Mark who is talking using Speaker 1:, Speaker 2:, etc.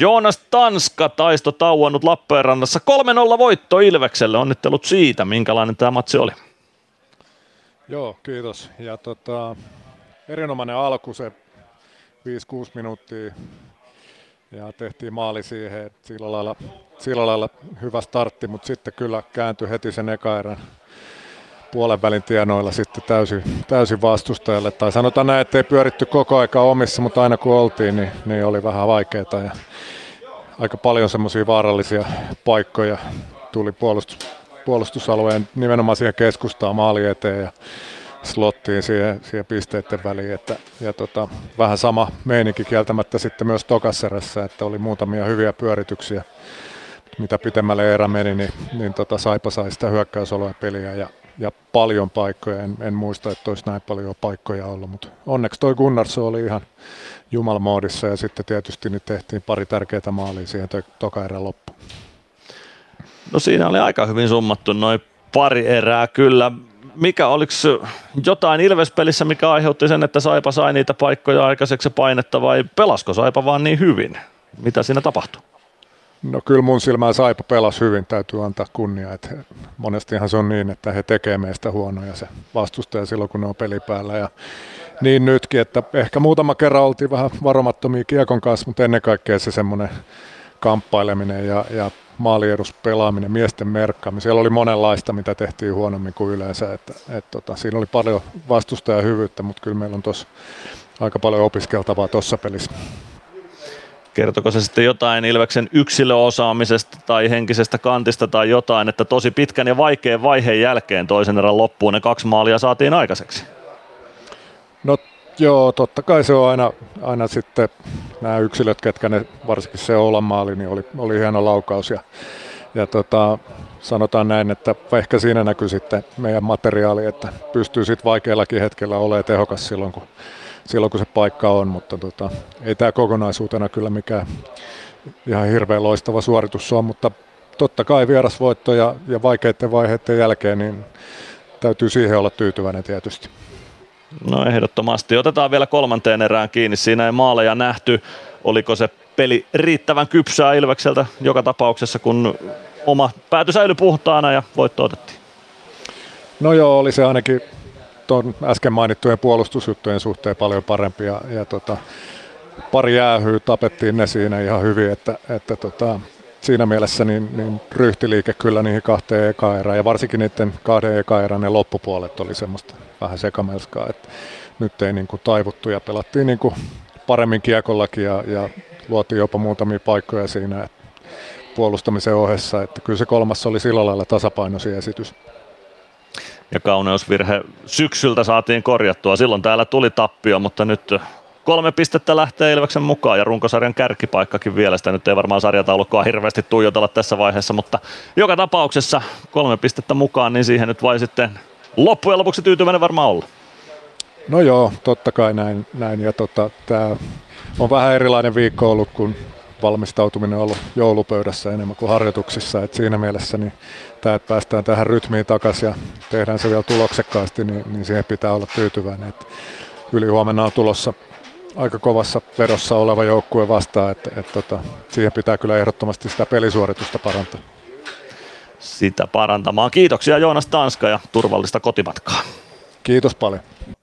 Speaker 1: Joonas Tanska taisto tauonnut Lappeenrannassa 3-0 voitto Ilvekselle. Onnittelut siitä, minkälainen tämä matsi oli.
Speaker 2: Joo, kiitos. Ja erinomainen alku, se 5-6 minuuttia ja tehtiin maali siihen. Sillä lailla hyvä startti, mutta sitten kyllä kääntyi heti sen eka erän puolen välin tienoilla sitten täysin vastustajalle. Tai sanotaan näin, ettei pyöritty koko aika omissa, mutta aina kun oltiin, niin oli vähän vaikeaa. Ja aika paljon semmoisia vaarallisia paikkoja tuli puolustusalueen nimenomaan siihen keskustaan maali eteen ja slottiin siihen pisteiden väliin. Vähän sama meininki kieltämättä sitten myös tokaserässä, että oli muutamia hyviä pyörityksiä. Mitä pitemmälle erä meni, niin Saipa sai sitä hyökkäysoloa peliä ja paljon paikkoja. En muista, että olisi näin paljon paikkoja ollut, mutta onneksi toi Gunnarsson oli ihan jumalmoodissa ja sitten tietysti niin tehtiin pari tärkeää maalia siihen toka erän loppuun.
Speaker 1: No siinä oli aika hyvin summattu noin pari erää kyllä. Oliko jotain Ilves-pelissä, mikä aiheutti sen, että Saipa sai niitä paikkoja aikaiseksi painetta vai pelasko Saipa vaan niin hyvin? Mitä siinä tapahtui?
Speaker 2: No kyllä mun silmään Saipa pelasi hyvin, täytyy antaa kunnia. Että monestihan se on niin, että he tekee meistä huonoja se vastustaja silloin, kun ne on pelipäällä. Ja niin nytkin, että ehkä muutama kerran oltiin vähän varomattomia kiekon kanssa, mutta ennen kaikkea se semmoinen kamppaileminen ja maaliedus pelaaminen, miesten merkkaaminen. Siellä oli monenlaista, mitä tehtiin huonommin kuin yleensä. Siinä oli paljon vastustajan hyvyyttä, mutta kyllä meillä on tuossa aika paljon opiskeltavaa tuossa pelissä.
Speaker 1: Kertoko se sitten jotain Ilveksen yksilöosaamisesta tai henkisestä kantista tai jotain, että tosi pitkän ja vaikean vaiheen jälkeen toisen erän loppuun ne 2 maalia saatiin aikaiseksi? No
Speaker 2: joo, totta kai se on aina sitten nämä yksilöt, ketkä ne, varsinkin se Oulan maali, niin oli hieno laukaus ja sanotaan näin, että ehkä siinä näkyy sitten meidän materiaali, että pystyy sitten vaikeallakin hetkellä olemaan tehokas silloin kun se paikka on, mutta ei tämä kokonaisuutena kyllä mikään ihan hirveän loistava suoritus on, mutta totta kai vierasvoitto ja vaikeiden vaiheiden jälkeen, niin täytyy siihen olla tyytyväinen tietysti.
Speaker 1: No ehdottomasti. Otetaan vielä 3. erään kiinni. Siinä ei maaleja nähty. Oliko se peli riittävän kypsää Ilvekseltä joka tapauksessa, kun oma pääty säilyi puhtaana ja voitto otettiin?
Speaker 2: No joo, oli se ainakin tuon äsken mainittujen puolustusjuttujen suhteen paljon parempi ja pari jäähyä tapettiin ne siinä ihan hyvin, että siinä mielessä niin ryhtiliike kyllä niihin 2 eka erään ja varsinkin niiden 2 eka erään ne loppupuolet oli semmoista vähän sekamelskaa, että nyt ei niin kuin taivuttu ja pelattiin niin kuin paremmin kiekollakin ja luotiin jopa muutamia paikkoja siinä puolustamisen ohessa, että kyllä se 3. oli sillä lailla tasapainoisin esitys.
Speaker 1: Ja kauneusvirhe syksyltä saatiin korjattua. Silloin täällä tuli tappio, mutta nyt 3 pistettä lähtee Ilveksen mukaan ja runkosarjan kärkipaikkakin vielä. Sitä nyt ei varmaan sarjataulukkoa hirveästi tuijotella tässä vaiheessa, mutta joka tapauksessa 3 pistettä mukaan, niin siihen nyt vai sitten loppujen lopuksi tyytyväinen varmaan olla.
Speaker 2: No joo, totta kai näin. Ja tämä on vähän erilainen viikko ollut, kun valmistautuminen on ollut joulupöydässä enemmän kuin harjoituksissa. Et siinä mielessä niin tämä, että päästään tähän rytmiin takaisin ja tehdään se vielä tuloksekkaasti, niin siihen pitää olla tyytyväinen. Et ylihuomenna on tulossa aika kovassa vedossa oleva joukkue vastaan, että siihen pitää kyllä ehdottomasti sitä pelisuoritusta parantaa.
Speaker 1: Sitä parantamaan. Kiitoksia Joonas Tanska ja turvallista kotimatkaa.
Speaker 2: Kiitos paljon.